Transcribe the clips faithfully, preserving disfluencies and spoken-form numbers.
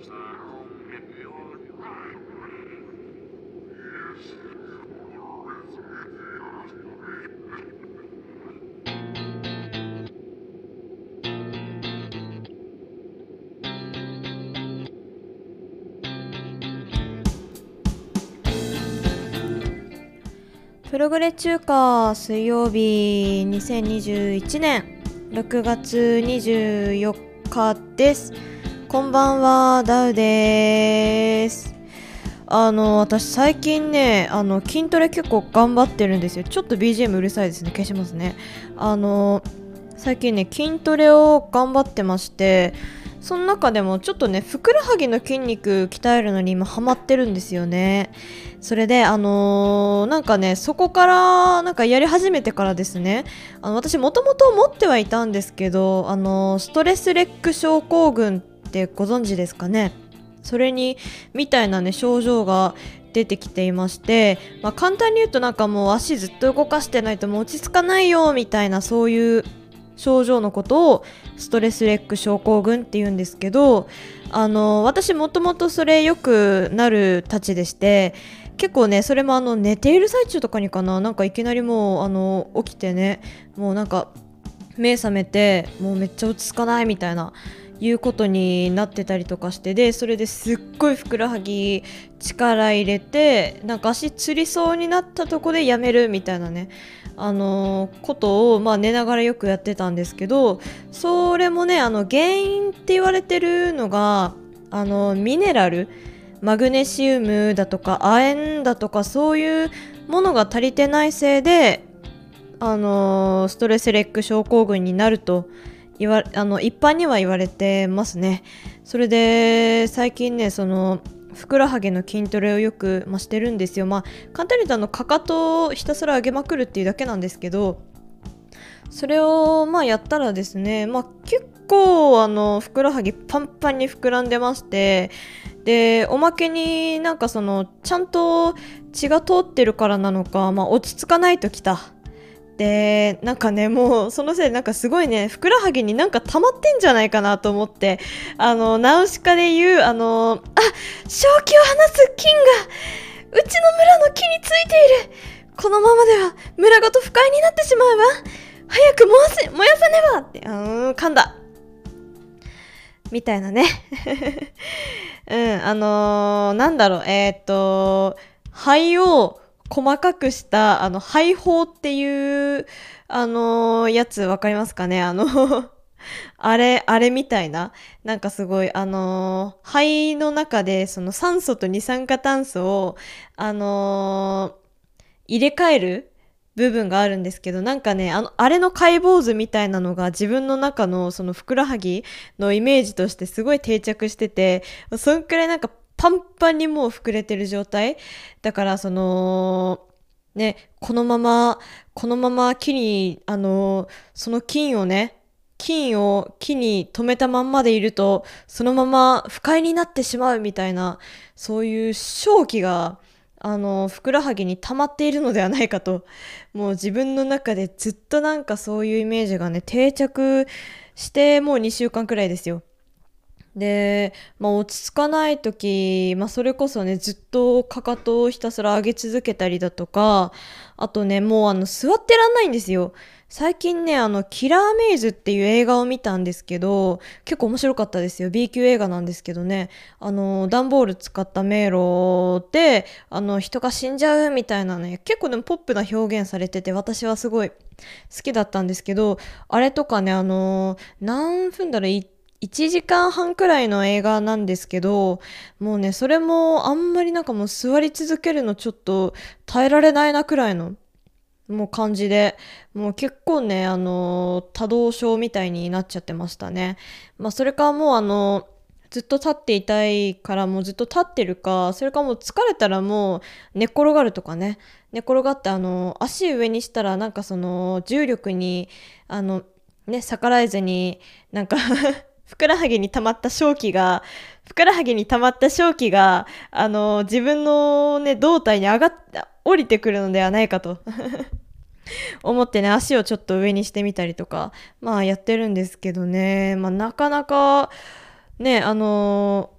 プログレ中華水曜日にせんにじゅういちねんろくがつにじゅうよっかです。こんばんは、ダウです。あの私最近ねあの筋トレ結構頑張ってるんですよ。ちょっと ビージーエム うるさいですね。消しますね。あの最近ね筋トレを頑張ってまして、その中でもちょっとねふくらはぎの筋肉鍛えるのに今ハマってるんですよね。それであのー、なんかねそこからなんかやり始めてからですね、あの私もともと持ってはいたんですけど、あのー、ストレスレック症候群ってご存知ですかね。それにみたいなね症状が出てきていまして、まあ、簡単に言うとなんかもう足ずっと動かしてないともう落ち着かないよみたいな、そういう症状のことをストレスレック症候群って言うんですけど、あの私もともとそれよくなるたちでして、結構ねそれもあの寝ている最中とかにかな、なんかいきなりもうあの起きてね、もうなんか目覚めてもうめっちゃ落ち着かないみたいないうことになってたりとかして、でそれですっごいふくらはぎ力入れてなんか足つりそうになったとこでやめるみたいなね、あのー、ことを、まあ、寝ながらよくやってたんですけど、それもねあの原因って言われてるのがあのミネラル、マグネシウムだとか亜鉛だとかそういうものが足りてないせいで、あのー、ストレスレック症候群になると言わあの一般には言われてますね。それで最近ねそのふくらはぎの筋トレをよく、まあ、してるんですよ。まあ簡単に言うとあのかかとをひたすら上げまくるっていうだけなんですけど、それをまあやったらですね、まあ、結構あのふくらはぎパンパンに膨らんでまして、でおまけになんかそのちゃんと血が通ってるからなのか、まあ、落ち着かないときた。でなんかねもうそのせいでなんかすごいねふくらはぎになんか溜まってんじゃないかなと思って、あのナウシカで言うあのあ正気を放つ菌がうちの村の木についている。このままでは村ごと不快になってしまうわ。早く燃やせ燃やさねばって、うーん噛んだみたいなねうんあのー、なんだろうえー、っと肺を細かくしたあの肺胞っていうあのー、やつわかりますかね。あのあれあれみたいな、なんかすごいあのー、肺の中でその酸素と二酸化炭素をあのー、入れ替える部分があるんですけど、なんかねあのあれの解剖図みたいなのが自分の中のそのふくらはぎのイメージとしてすごい定着してて、そんくらいなんかパンパンにもう膨れてる状態だから、そのねこのままこのまま木にあのその菌をね菌を木に留めたまんまでいるとそのまま不快になってしまうみたいな、そういう正気があのふくらはぎに溜まっているのではないかと、もう自分の中でずっとなんかそういうイメージがね定着してもうにしゅうかんくらいですよ。で、まあ、落ち着かない時、まあ、それこそねずっとかかとをひたすら上げ続けたりだとか、あとねもうあの座ってらんないんですよ。最近ねあのキラーメイズっていう映画を見たんですけど、結構面白かったですよ。 B 級映画なんですけどね、あの段ボール使った迷路であの人が死んじゃうみたいなね、結構でもポップな表現されてて私はすごい好きだったんですけど、あれとかねあの何分だろういいちじかんはんくらいの映画なんですけど、もうねそれもあんまりなんかもう座り続けるのちょっと耐えられないなくらいのもう感じで、もう結構ねあの多動症みたいになっちゃってましたね。まあそれかもうあのずっと立っていたいからもうずっと立ってるか、それかもう疲れたらもう寝っ転がるとかね、寝転がってあの足上にしたらなんかその重力にあのね逆らえずになんかふくらはぎに溜まった正気がふくらはぎに溜まった正気があの自分のね胴体に上がって降りてくるのではないかと思ってね足をちょっと上にしてみたりとかまあやってるんですけどね、まあなかなかねあの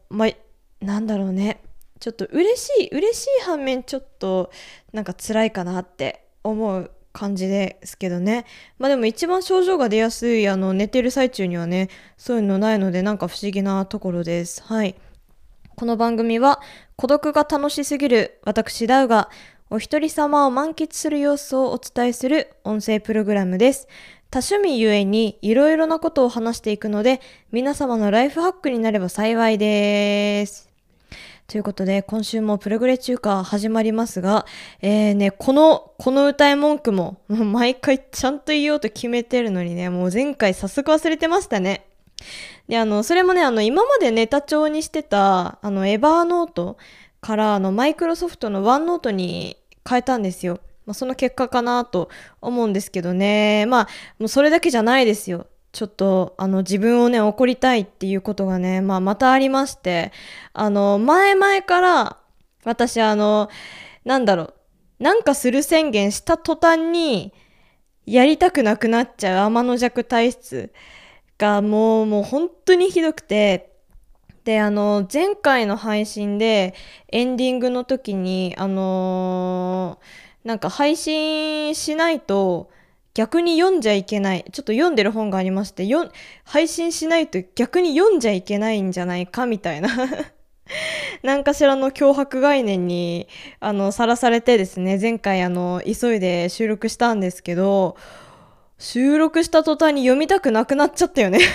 まあなんだろうね、ちょっと嬉しい嬉しい反面ちょっとなんか辛いかなって思う感じですけどね。まあでも一番症状が出やすいあの寝てる最中にはね、そういうのないのでなんか不思議なところです。はい。この番組は孤独が楽しすぎる私ダウがお一人様を満喫する様子をお伝えする音声プログラムです。多趣味ゆえにいろいろなことを話していくので、皆様のライフハックになれば幸いです。ということで今週もプログレ中華始まりますが、えーね、このこの歌い文句ももう毎回ちゃんと言おうと決めてるのにね、もう前回早速忘れてましたね。で、あのそれもね、あの今までネタ帳にしてたあのエバーノートからあのマイクロソフトのワンノートに変えたんですよ。まあ、その結果かなと思うんですけどね。まあもうそれだけじゃないですよ。ちょっとあの自分をね怒りたいっていうことがね、まあ、またありまして、あの前々から私あのなんだろう、なんかする宣言した途端にやりたくなくなっちゃう天の弱体質がもうもう本当にひどくて、であの前回の配信でエンディングの時にあのーなんか配信しないと逆に読んじゃいけない、ちょっと読んでる本がありまして、よ配信しないと逆に読んじゃいけないんじゃないかみたいな何かしらの脅迫概念にあのさらされてですね、前回あの急いで収録したんですけど、収録した途端に読みたくなくなっちゃったよね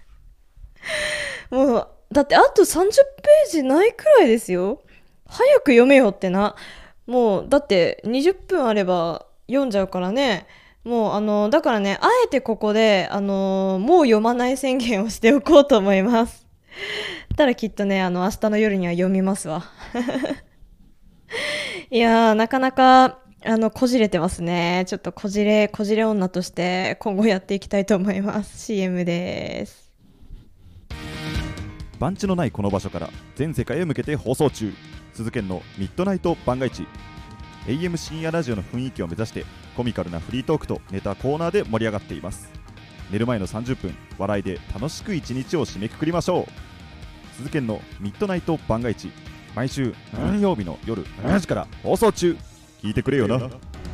もうだってあとさんじゅっページないくらいですよ。早く読めよってな。もうだってにじゅっぷんあれば読んじゃうからね。もうあのだからね、あえてここであのもう読まない宣言をしておこうと思います。たらきっとね、あの明日の夜には読みますわいやー、なかなかあのこじれてますね。ちょっとこじれこじれ女として今後やっていきたいと思います。 シーエム です。 番地のないこの場所から全世界へ向けて放送中、鈴研のミッドナイト番外地。 エーエム 深夜ラジオの雰囲気を目指してコミカルなフリートークとネタコーナーで盛り上がっています。寝る前のさんじゅっぷん、笑いで楽しく一日を締めくくりましょう。鈴研のミッドナイト番外地、毎週金曜日の夜しちじから放送中。聞いてくれよな。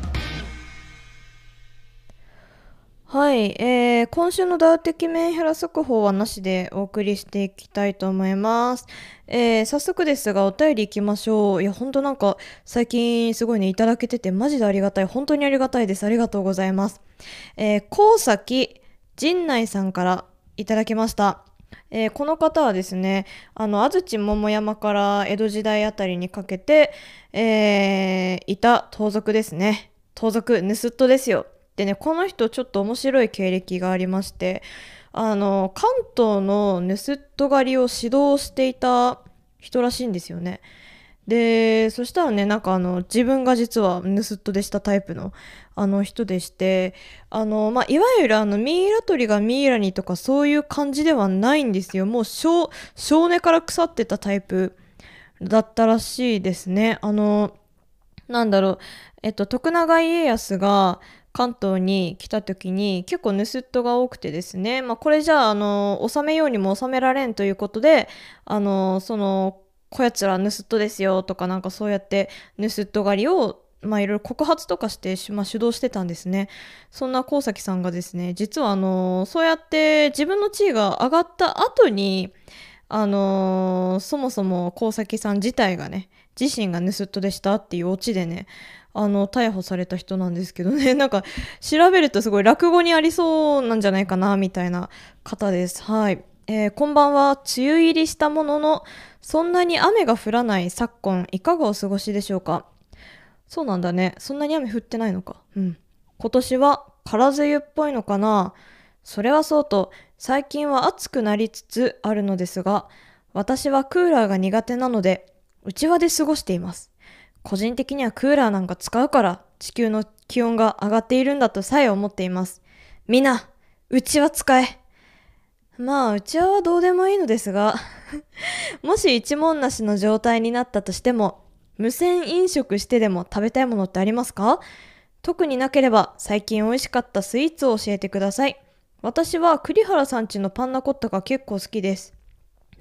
はい、えー、今週のダウ的メンヘラ速報はなしでお送りしていきたいと思います。えー、早速ですがお便りいきましょう。いや、ほんとなんか最近すごいね、いただけててマジでありがたい。本当にありがたいです。ありがとうございます。えー、高崎陣内さんからいただきました。えーこの方はですね、あの安土桃山から江戸時代あたりにかけて、えーいた盗賊ですね。盗賊、盗人ですよ。でね、この人ちょっと面白い経歴がありまして、あの関東の盗人狩りを指導していた人らしいんですよね。でそしたらね、なんかあの自分が実は盗人でしたタイプのあの人でして、あの、まあ、いわゆるあのミイラ取りがミイラにとかそういう感じではないんですよ。もう少少年から腐ってたタイプだったらしいですね。あのなんだろう、えっと徳永家康が関東に来た時に結構盗人が多くてですね、まあ、これじゃあ、あの収めようにも収められんということで、あのそのこやつら盗人ですよとか、なんかそうやって盗人狩りをまあいろいろ告発とかして、まあ、主導してたんですね。そんな高崎さんがですね、実はあのそうやって自分の地位が上がった後に、あのそもそも高崎さん自体がね、自身が盗人でしたっていうオチでね、あの逮捕された人なんですけどね、なんか調べるとすごい落語にありそうなんじゃないかなみたいな方です。はい、えーこんばんは。梅雨入りしたもののそんなに雨が降らない昨今、いかがお過ごしでしょうか。そうなんだね、そんなに雨降ってないのか。うん、今年は空梅雨っぽいのかな。それはそうと最近は暑くなりつつあるのですが、私はクーラーが苦手なので内輪で過ごしています。個人的にはクーラーなんか使うから地球の気温が上がっているんだとさえ思っています。みんな内輪使え。まあ内輪はどうでもいいのですがもし一文なしの状態になったとしても、無線飲食してでも食べたいものってありますか？特になければ最近美味しかったスイーツを教えてください。私は栗原さん家のパンナコッタが結構好きです。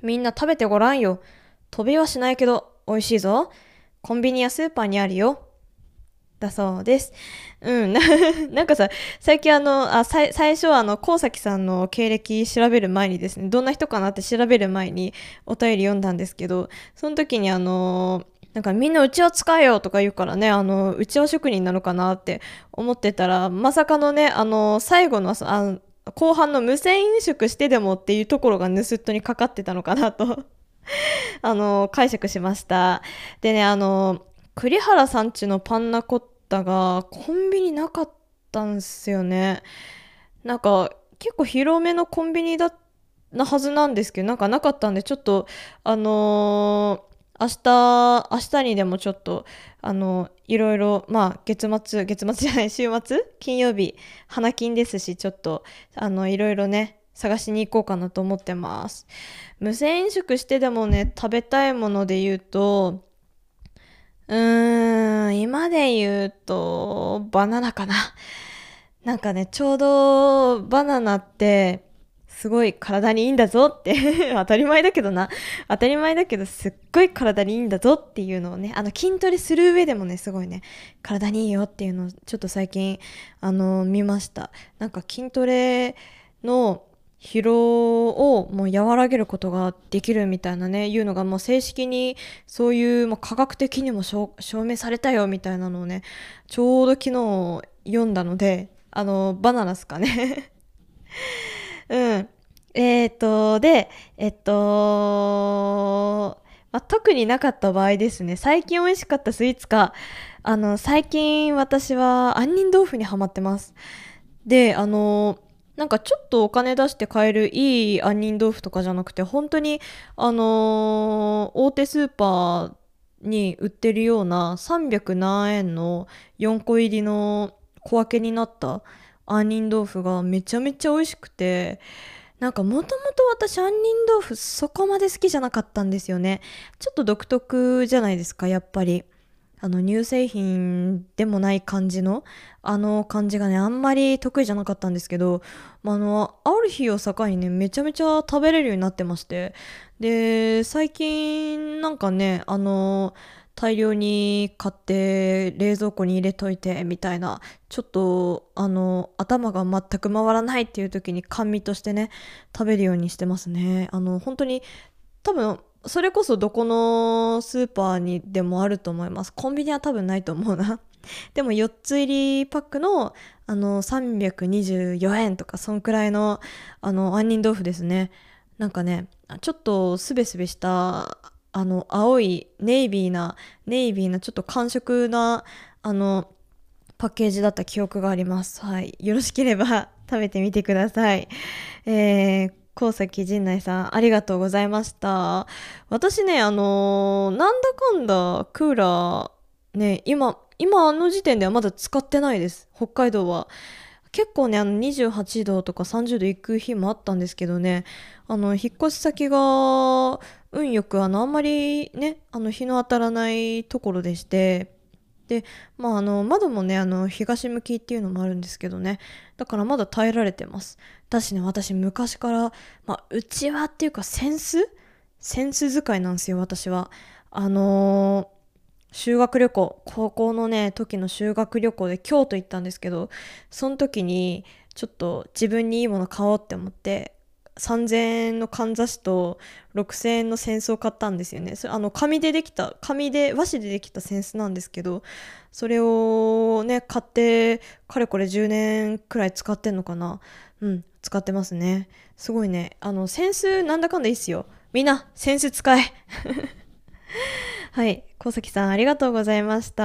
みんな食べてごらんよ。飛びはしないけど美味しいぞ。コンビニやスーパーにあるよ。だそうです。うん。ななんかさ、最近あの、あ、さい最初はあの、高崎さんの経歴調べる前にですね、どんな人かなって調べる前にお便り読んだんですけど、その時にあの、なんかみんなうちわ使えよとか言うからね、あの、うちわ職人なのかなって思ってたら、まさかのね、あの、最後の、あ後半の無線飲食してでもっていうところが盗人にかかってたのかなとあの、解釈しました。でね、あの、栗原さんちのパンナコッタがコンビニなかったんすよね。なんか結構広めのコンビニだなはずなんですけど、なんかなかったんで、ちょっと、あのー明日、明日にでもちょっと、あのいろいろ、まあ、月末、月末じゃない、週末金曜日、花金ですし、ちょっと、あの、いろいろね、探しに行こうかなと思ってます。無銭飲食してでもね、食べたいもので言うと、うーん、今で言うと、バナナかな。なんかね、ちょうどバナナって、すごい体にいいんだぞって当たり前だけどな。当たり前だけど、すっごい体にいいんだぞっていうのをね、あの筋トレする上でもね、すごいね、体にいいよっていうのをちょっと最近、あの、見ました。なんか筋トレの疲労をもう和らげることができるみたいなね、いうのがもう正式にそういう、まあ、科学的にも証証明されたよみたいなのをね、ちょうど昨日読んだので、あの、バナナっすかね。うん。えっと、で、えっと、まあ、特になかった場合ですね、最近美味しかったスイーツか、あの、最近私は杏仁豆腐にハマってます。で、あの、なんかちょっとお金出して買えるいい杏仁豆腐とかじゃなくて、本当に、あのー大手スーパーに売ってるようなさんびゃく何円のよんこ入りの小分けになった杏仁豆腐がめちゃめちゃ美味しくて、なんかもともと私杏仁豆腐そこまで好きじゃなかったんですよね。ちょっと独特じゃないですか、やっぱり。あの乳製品でもない感じのあの感じがね、あんまり得意じゃなかったんですけど、まあ、あのある日を境にね、めちゃめちゃ食べれるようになってまして、で最近なんかね、あの大量に買って冷蔵庫に入れといてみたいな、ちょっとあの頭が全く回らないっていう時に甘味としてね、食べるようにしてますね。あの本当に多分それこそどこのスーパーにでもあると思います。コンビニは多分ないと思うな。でもよっつ入りパックのあのさんびゃくにじゅうよえんとかそんくらいのあの杏仁豆腐ですね。なんかね、ちょっとスベスベしたあの青いネイビーなネイビーなちょっと寒色なあのパッケージだった記憶があります。はい。よろしければ食べてみてください。えー、高崎陣内さん、ありがとうございました。私ね、あのーなんだかんだクーラー、ね、今、今あの時点ではまだ使ってないです。北海道は。結構ね、あのにじゅうはちどとかさんじゅうど行く日もあったんですけどね、あの、引っ越し先が運よく、あの、あんまりね、あの、日の当たらないところでして、で、まあ、あの窓もね、あの東向きっていうのもあるんですけどね、だからまだ耐えられてます。だしね、私昔から、まあ、うちわっていうか扇子扇子使いなんですよ、私は。あのー修学旅行、高校のね時の修学旅行で京都行ったんですけど、その時にちょっと自分にいいもの買おうって思ってさんぜんえんのかんざしとろくせんえんの扇子を買ったんですよね。それあの紙でできた紙で和紙でできた扇子なんですけど、それをね買ってかれこれじゅうねんくらい使ってんのかな。うん、使ってますね。すごいね、あの扇子なんだかんだいいっすよ。みんな扇子使え。はい、小崎さんありがとうございました。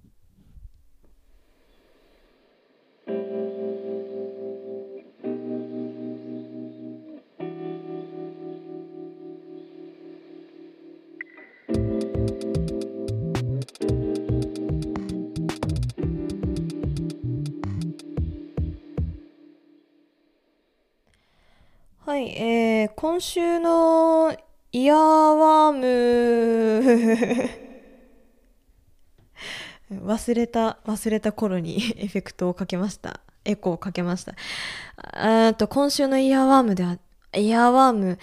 はい、えー、今週のイヤーワーム忘れた忘れた頃にエフェクトをかけました。エコーをかけました。あーと今週のイヤーワームでは、イヤーワーム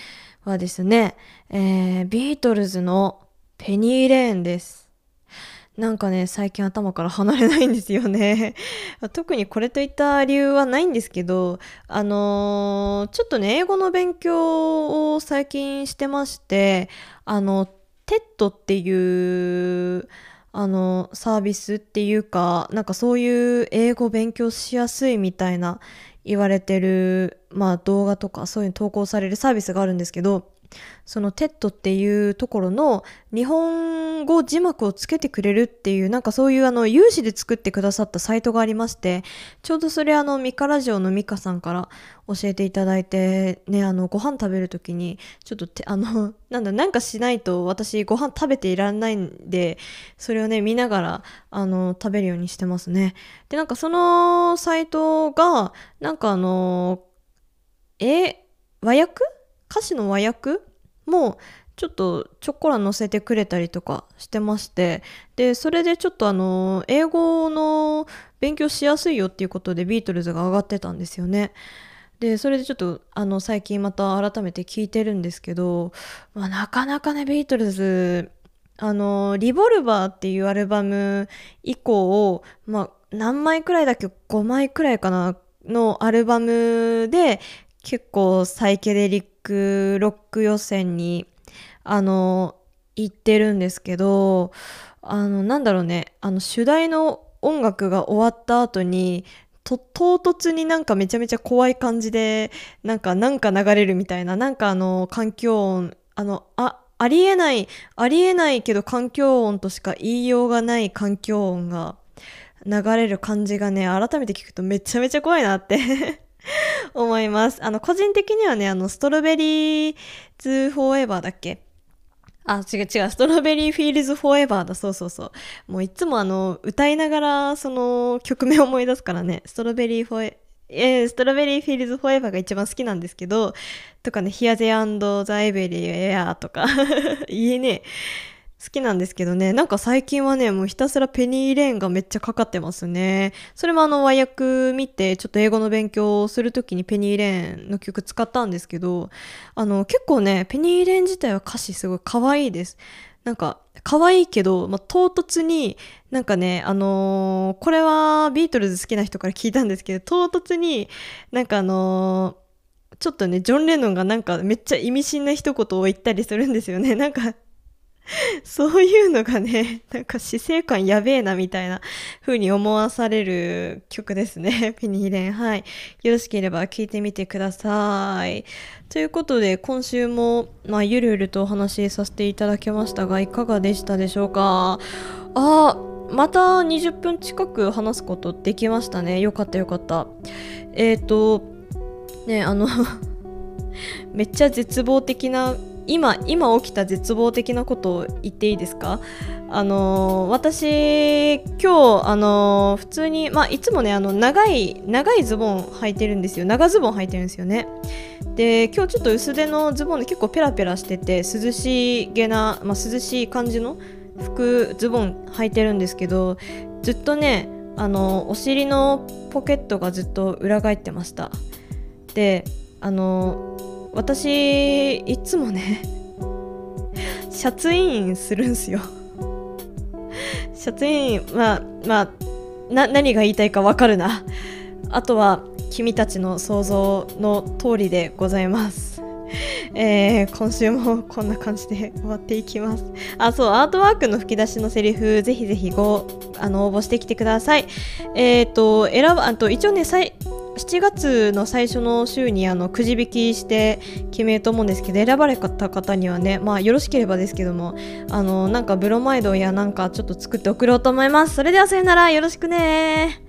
はですね、えー、ビートルズのペニーレーンです。なんかね、最近頭から離れないんですよね。特にこれといった理由はないんですけど、あのーちょっとね、英語の勉強を最近してまして、あの、テッドっていう、あの、サービスっていうか、なんかそういう英語勉強しやすいみたいな言われてる、まあ動画とかそういうの投稿されるサービスがあるんですけど、そのテッドっていうところの日本語字幕をつけてくれるっていう、なんかそういうあの有志で作ってくださったサイトがありまして、ちょうどそれあのミカラジオのミカさんから教えていただいてね、あのご飯食べるときにちょっとてあのなんだなんかしないと私ご飯食べていらんないんで、それをね見ながらあの食べるようにしてますね。でなんかそのサイトがなんかあのえ和訳歌詞の和訳もちょっとちょっこら載せてくれたりとかしてまして、でそれでちょっとあの英語の勉強しやすいよっていうことでビートルズが上がってたんですよね。でそれでちょっとあの最近また改めて聞いてるんですけど、まあ、なかなかねビートルズあのリボルバーっていうアルバム以降、まあ、何枚くらいだっけ、ごまいくらいかなのアルバムで結構サイケデリックロック予選にあの行ってるんですけど、あのなんだろうね、あの主題の音楽が終わった後にと唐突になんかめちゃめちゃ怖い感じでなんかなんか流れるみたいな、なんかあの環境音、あのあありえないありえないけど環境音としか言いようがない環境音が流れる感じがね、改めて聞くとめちゃめちゃ怖いなって思います。あの個人的にはね、あのストロベリーズフォーエバーだっけ、あ、違う違う、ストロベリーフィールズフォーエバーだ、そうそうそう。もういつもあの、歌いながら、その、曲名を思い出すからね、ストロベリーフォーエ、えー、ストロベリーフィールズフォーエバーが一番好きなんですけど、とかね、Here the and the Everywhere とか、言えねえ。好きなんですけどね、なんか最近はね、もうひたすらペニーレーンがめっちゃかかってますね。それもあの和訳見て、ちょっと英語の勉強をするときにペニーレーンの曲使ったんですけど、あの結構ね、ペニーレーン自体は歌詞すごい可愛いです。なんか可愛いけど、まあ、唐突になんかね、あのーこれはビートルズ好きな人から聞いたんですけど、唐突になんかあのーちょっとね、ジョン・レノンがなんかめっちゃ意味深な一言を言ったりするんですよね。なんかそういうのがね、なんか死生観やべえなみたいな風に思わされる曲ですね。ペニーレン。はい。よろしければ聴いてみてください。ということで、今週も、まあ、ゆるゆるとお話しさせていただきましたが、いかがでしたでしょうか。あー、またにじゅっぷん近く話すことできましたね。よかったよかった。えーと、ね、あの、めっちゃ絶望的な今今起きた絶望的なことを言っていいですか。あのー私今日あのー普通に、まあ、いつもねあの長い長いズボン履いてるんですよ。長ズボン履いてるんですよね。で今日ちょっと薄手のズボンで結構ペラペラしてて涼しげな、まあ、涼しい感じの服ズボン履いてるんですけど、ずっとねあのお尻のポケットがずっと裏返ってました。であの私いつもねシャツインするんすよ。シャツインまあまあな何が言いたいかわかるな。あとは君たちの想像の通りでございます。えー、今週もこんな感じで終わっていきます。あ、そう、アートワークの吹き出しのセリフぜひぜひごあの応募してきてください。えっ、ー、と選ばあと一応ねさいしちがつの最初の週にあのくじ引きして決めると思うんですけど、選ばれた方にはね、まあよろしければですけども、あのなんかブロマイドやなんかちょっと作って送ろうと思います。それではさよなら、よろしくね。